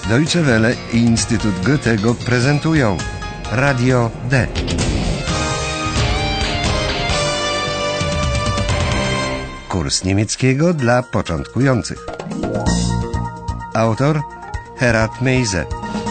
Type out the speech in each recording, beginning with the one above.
Deutsche Welle i Instytut Goethego prezentują Radio D. Kurs niemieckiego dla początkujących. Autor Herat Meize.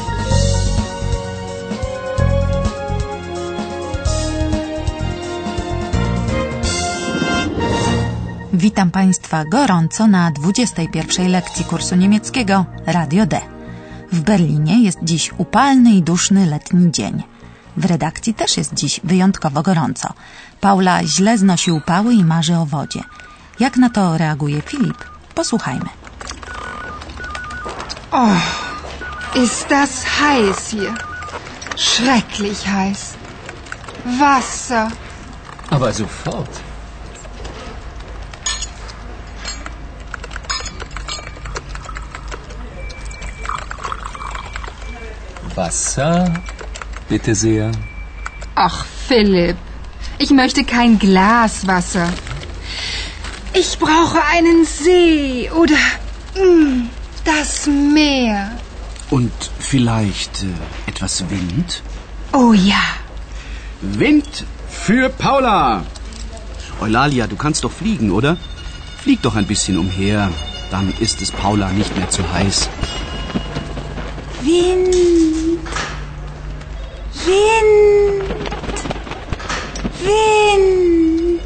Witam Państwa gorąco na 21. lekcji kursu niemieckiego Radio D. W Berlinie jest dziś upalny i duszny letni dzień. W redakcji też jest dziś wyjątkowo gorąco. Paula źle znosi upały i marzy o wodzie. Jak na to reaguje Filip? Posłuchajmy. Oh, ist das heiß hier. Schrecklich heiß. Wasser. Aber sofort. Wasser, bitte sehr. Ach, Philipp, ich möchte kein Glas Wasser. Ich brauche einen See oder das Meer. Und vielleicht etwas Wind? Oh ja. Wind für Paula. Eulalia, du kannst doch fliegen, oder? Flieg doch ein bisschen umher. Dann ist es Paula nicht mehr zu heiß. Wind. Wind. Wind.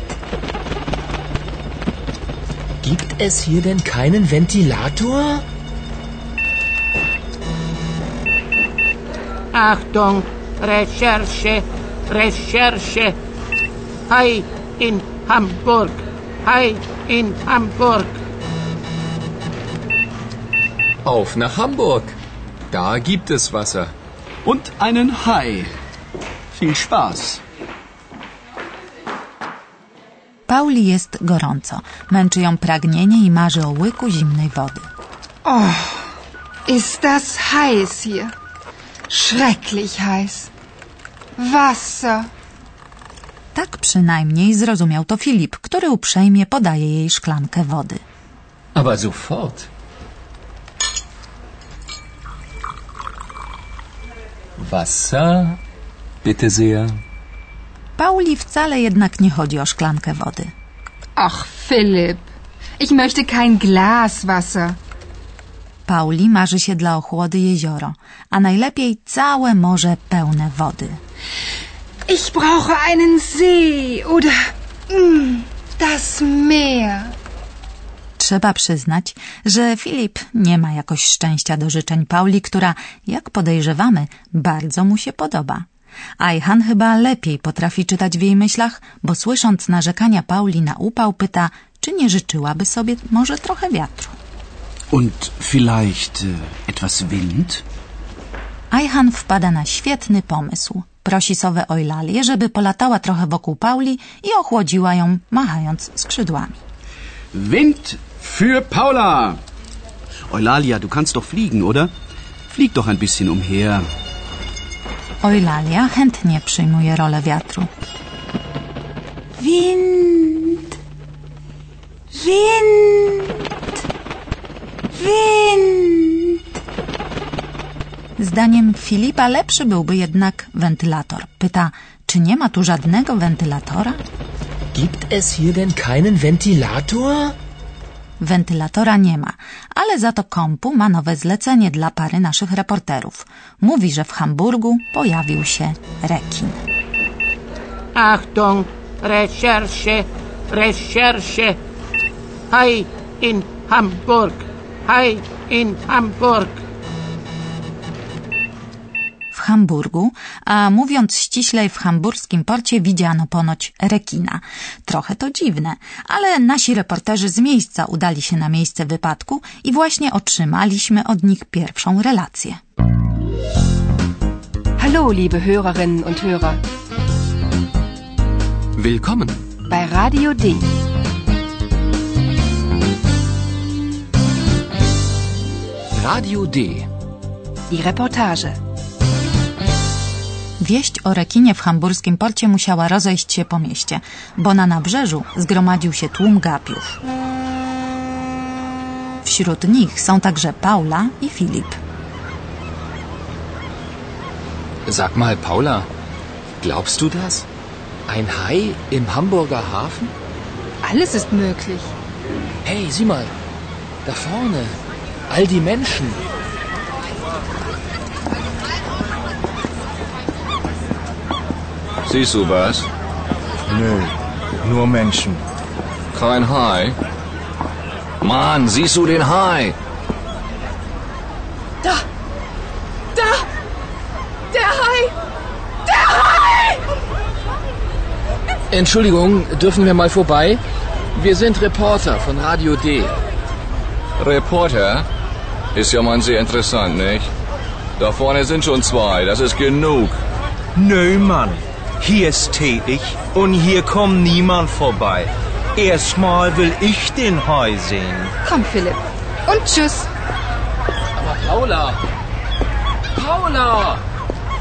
Gibt es hier denn keinen Ventilator? Achtung, Recherche, Recherche. Hai in Hamburg, Hai in Hamburg. Auf nach Hamburg. Da gibt es Wasser. Und einen Hai. Viel Spaß. Pauli jest gorąco. Męczy ją pragnienie i marzy o łyku zimnej wody. Oh, ist das heiß hier. Schrecklich heiß. Wasser. Tak przynajmniej zrozumiał to Filip, który uprzejmie podaje jej szklankę wody. Aber sofort. Wasser, bitte sehr. Pauli wcale jednak nie chodzi o szklankę wody. Ach, Philipp, ich möchte kein Glas Wasser. Pauli marzy się dla ochłody jezioro, a najlepiej całe morze pełne wody. Ich brauche einen See oder das Meer. Trzeba przyznać, że Filip nie ma jakoś szczęścia do życzeń Pauli, która, jak podejrzewamy, bardzo mu się podoba. Ajhan chyba lepiej potrafi czytać w jej myślach, bo słysząc narzekania Pauli na upał, pyta, czy nie życzyłaby sobie może trochę wiatru. Und vielleicht etwas Wind? Ajhan wpada na świetny pomysł. Prosi sowę Eulalię, żeby polatała trochę wokół Pauli i ochłodziła ją, machając skrzydłami. Wind für Paula. Eulalia, du kannst doch fliegen, oder? Flieg doch ein bisschen umher. Eulalia chętnie przyjmuje rolę wiatru. Wind. Wind. Wind. Zdaniem Filipa lepszy byłby jednak wentylator. Pyta, czy nie ma tu żadnego wentylatora? Gibt es hier denn keinen Ventilator? Wentylatora nie ma, ale za to Kompu ma nowe zlecenie dla pary naszych reporterów. Mówi, że w Hamburgu pojawił się rekin. Achtung, Recherche, Recherche. Hai in Hamburg, Hai in Hamburg. W Hamburgu, a mówiąc ściślej w hamburskim porcie widziano ponoć rekina. Trochę to dziwne, ale nasi reporterzy z miejsca udali się na miejsce wypadku i właśnie otrzymaliśmy od nich pierwszą relację. Hallo, liebe Hörerinnen und Hörer. Willkommen bei Radio D. Radio D. Die Reportage. Wieść o rekinie w hamburskim porcie musiała rozejść się po mieście, bo na nabrzeżu zgromadził się tłum gapiów. Wśród nich są także Paula i Filip. Sag mal, Paula, glaubst du das? Ein Hai im Hamburger Hafen? Alles ist möglich. Hey, sieh mal, da vorne, all die Menschen. Siehst du was? Nö, nur Menschen. Kein Hai? Mann, siehst du den Hai? Da! Der Hai! Der Hai! Entschuldigung, dürfen wir mal vorbei? Wir sind Reporter von Radio D. Reporter? Ist ja mal sehr interessant, nicht? Da vorne sind schon zwei, das ist genug. Nö, Mann. Hier stehe ich und hier kommt niemand vorbei. Erstmal will ich den Hai sehen. Komm, Philipp. Und tschüss. Aber Paula! Paula!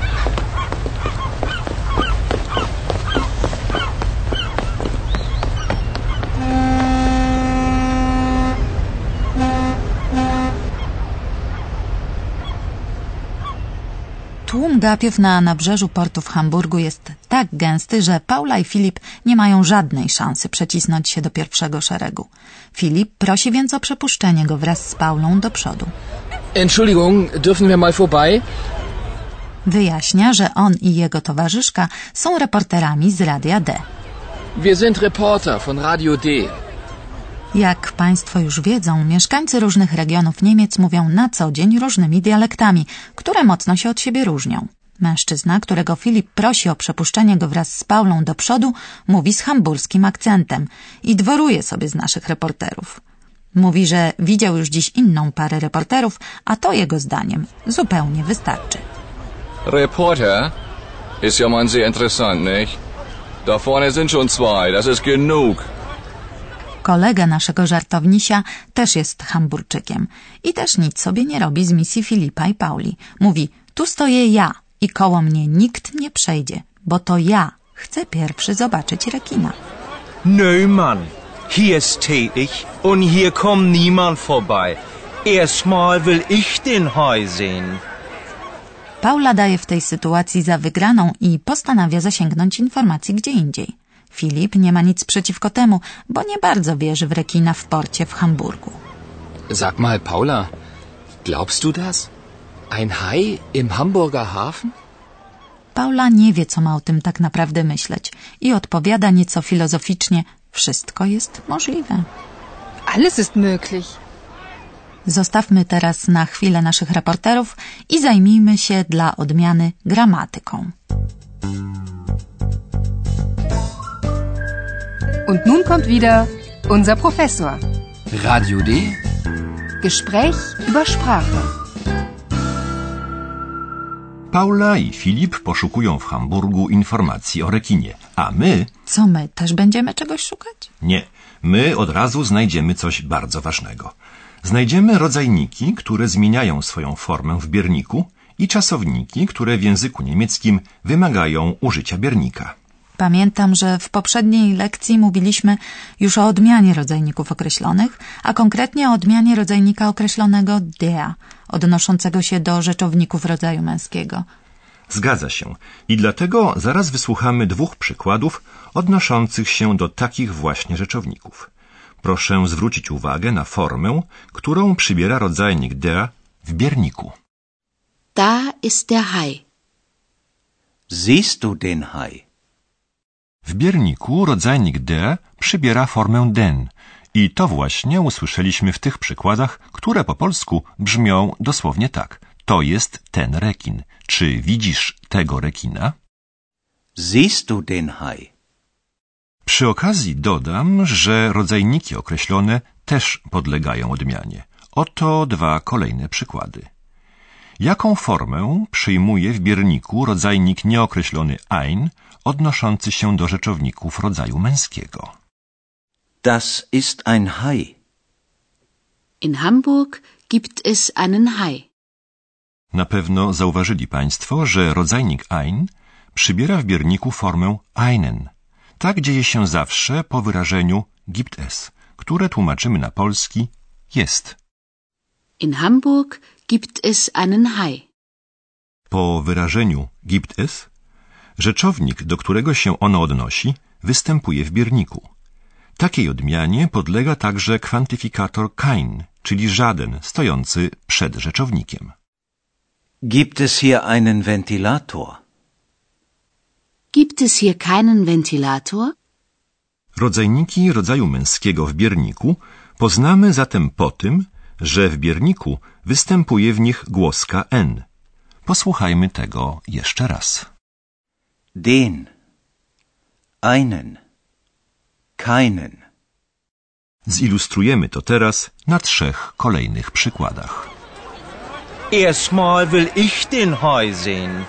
Tłum gapiów na nabrzeżu portu w Hamburgu jest tak gęsty, że Paula i Filip nie mają żadnej szansy przecisnąć się do pierwszego szeregu. Filip prosi więc o przepuszczenie go wraz z Paulą do przodu. Entschuldigung, dürfen wir mal vorbei? Wyjaśnia, że on i jego towarzyszka są reporterami z Radia D. Wir sind Reporter von Radio D. Jak Państwo już wiedzą, mieszkańcy różnych regionów Niemiec mówią na co dzień różnymi dialektami, które mocno się od siebie różnią. Mężczyzna, którego Filip prosi o przepuszczenie go wraz z Paulą do przodu, mówi z hamburskim akcentem i dworuje sobie z naszych reporterów. Mówi, że widział już dziś inną parę reporterów, a to jego zdaniem zupełnie wystarczy. Reporter? Ist ja mal sehr interessant, nicht? Da vorne sind schon zwei, das ist genug. Kolega naszego żartownisia też jest Hamburczykiem i też nic sobie nie robi z misji Filipa i Pauli. Mówi, tu stoję ja i koło mnie nikt nie przejdzie, bo to ja chcę pierwszy zobaczyć rekina. Nö, Mann. Hier stehe ich und hier kommt niemand vorbei. Erstmal will ich den Hai sehen. Paula daje w tej sytuacji za wygraną i postanawia zasięgnąć informacji gdzie indziej. Filip nie ma nic przeciwko temu, bo nie bardzo wierzy w rekina w porcie w Hamburgu. Sag mal, Paula, glaubst du das? Ein Hai im Hamburger Hafen? Paula nie wie, co ma o tym tak naprawdę myśleć i odpowiada nieco filozoficznie, wszystko jest możliwe. Alles ist möglich. Zostawmy teraz na chwilę naszych reporterów i zajmijmy się dla odmiany gramatyką. Und nun kommt wieder unser Professor. Radio D? Gespräch über Sprache. Paula i Filip poszukują w Hamburgu informacji o rekinie, a my... Co my, też będziemy czegoś szukać? Nie, my od razu znajdziemy coś bardzo ważnego. Znajdziemy rodzajniki, które zmieniają swoją formę w bierniku i czasowniki, które w języku niemieckim wymagają użycia biernika. Pamiętam, że w poprzedniej lekcji mówiliśmy już o odmianie rodzajników określonych, a konkretnie o odmianie rodzajnika określonego der, odnoszącego się do rzeczowników rodzaju męskiego. Zgadza się. I dlatego zaraz wysłuchamy 2 przykładów odnoszących się do takich właśnie rzeczowników. Proszę zwrócić uwagę na formę, którą przybiera rodzajnik der w bierniku. Da ist der Hai. Siehst du den Hai? W bierniku rodzajnik der przybiera formę den i to właśnie usłyszeliśmy w tych przykładach, które po polsku brzmią dosłownie tak. To jest ten rekin. Czy widzisz tego rekina? Siehst du den Hai? Przy okazji dodam, że rodzajniki określone też podlegają odmianie. Oto 2 kolejne przykłady. Jaką formę przyjmuje w bierniku rodzajnik nieokreślony ein, odnoszący się do rzeczowników rodzaju męskiego? Das ist ein Hai. In Hamburg gibt es einen Hai. Na pewno zauważyli Państwo, że rodzajnik ein przybiera w bierniku formę einen. Tak dzieje się zawsze po wyrażeniu gibt es, które tłumaczymy na polski jest. In Hamburg gibt es einen Hai. Po wyrażeniu gibt es rzeczownik, do którego się ono odnosi, występuje w bierniku. Takiej odmianie podlega także kwantyfikator kein, czyli żaden, stojący przed rzeczownikiem. Gibt es hier einen Ventilator? Gibt es hier keinen Ventilator? Rodzajniki rodzaju męskiego w bierniku poznamy zatem po tym, że w bierniku występuje w nich głoska n. Posłuchajmy tego jeszcze raz. Den, einen, keinen. Zilustrujemy to teraz na 3 kolejnych przykładach. Erstmal will ich den Hai sehen.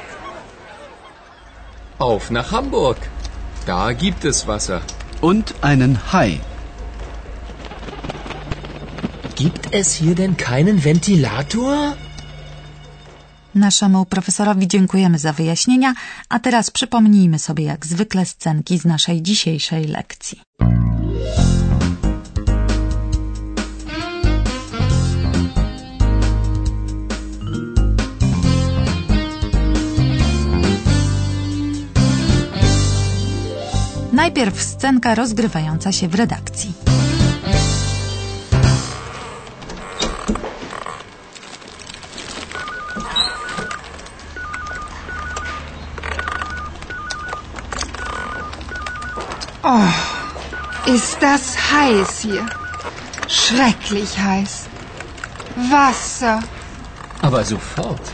Auf nach Hamburg. Da gibt es Wasser. Und einen Hai. Gibt es hier denn keinen Ventilator? Naszemu profesorowi dziękujemy za wyjaśnienia, a teraz przypomnijmy sobie jak zwykle scenki z naszej dzisiejszej lekcji. Najpierw scenka rozgrywająca się w redakcji. Oh, ist das heiß hier. Schrecklich heiß. Wasser. Aber sofort.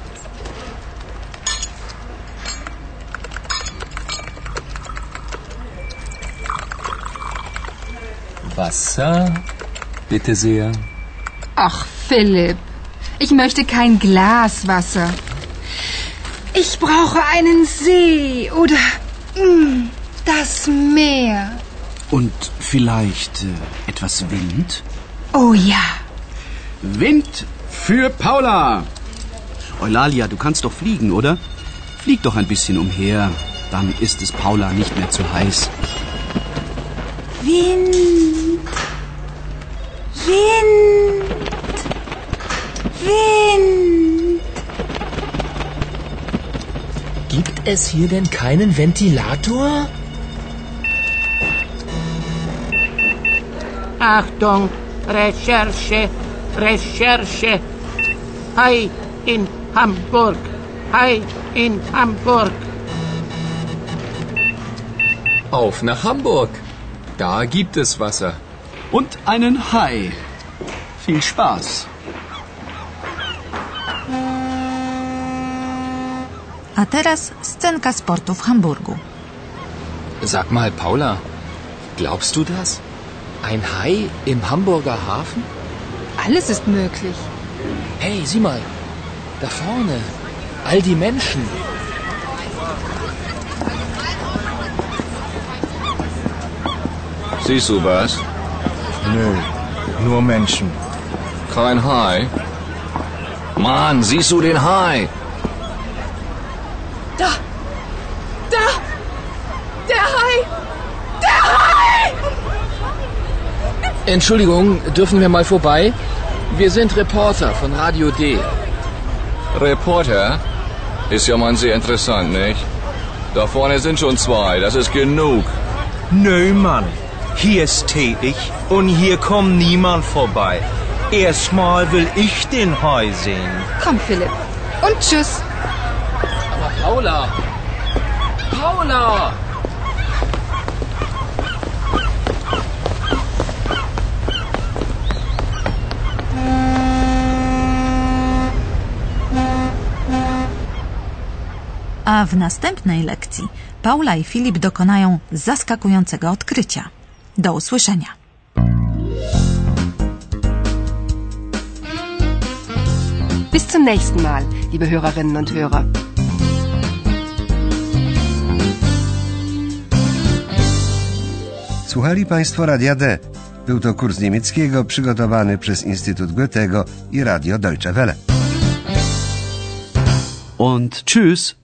Wasser, bitte sehr. Ach, Philipp, ich möchte kein Glas Wasser. Ich brauche einen See oder das Meer. Und vielleicht etwas Wind? Oh ja. Wind für Paula! Eulalia, du kannst doch fliegen, oder? Flieg doch ein bisschen umher, dann ist es Paula nicht mehr zu heiß. Wind, Wind, Wind. Gibt es hier denn keinen Ventilator? Achtung, Recherche, Recherche. Hai in Hamburg, Hai in Hamburg. Auf nach Hamburg. Da gibt es Wasser. Und einen Hai. Viel Spaß. A teraz scenka sportu w Hamburgu. Sag mal, Paula, glaubst du das? Ein Hai im Hamburger Hafen? Alles ist möglich. Hey, sieh mal, da vorne, all die Menschen. Siehst du was? Nö, nur Menschen. Kein Hai? Mann, siehst du den Hai? Da! Da! Der Hai! Der Hai! Entschuldigung, dürfen wir mal vorbei? Wir sind Reporter von Radio D. Reporter? Ist ja mal sehr interessant, nicht? Da vorne sind schon 2, das ist genug. Nö, Mann. Hier stehe ich und hier kommt niemand vorbei. Erstmal will ich den Hai sehen. Komm, Philipp. Und tschüss. Aber Paula! Paula! A w następnej lekcji Paula i Filip dokonają zaskakującego odkrycia. Do usłyszenia. Bis zum nächsten Mal, liebe Hörerinnen und Hörer. Słuchali Państwo Radia D. Był to kurs niemieckiego przygotowany przez Instytut Goethego i Radio Deutsche Welle. Und tschüss.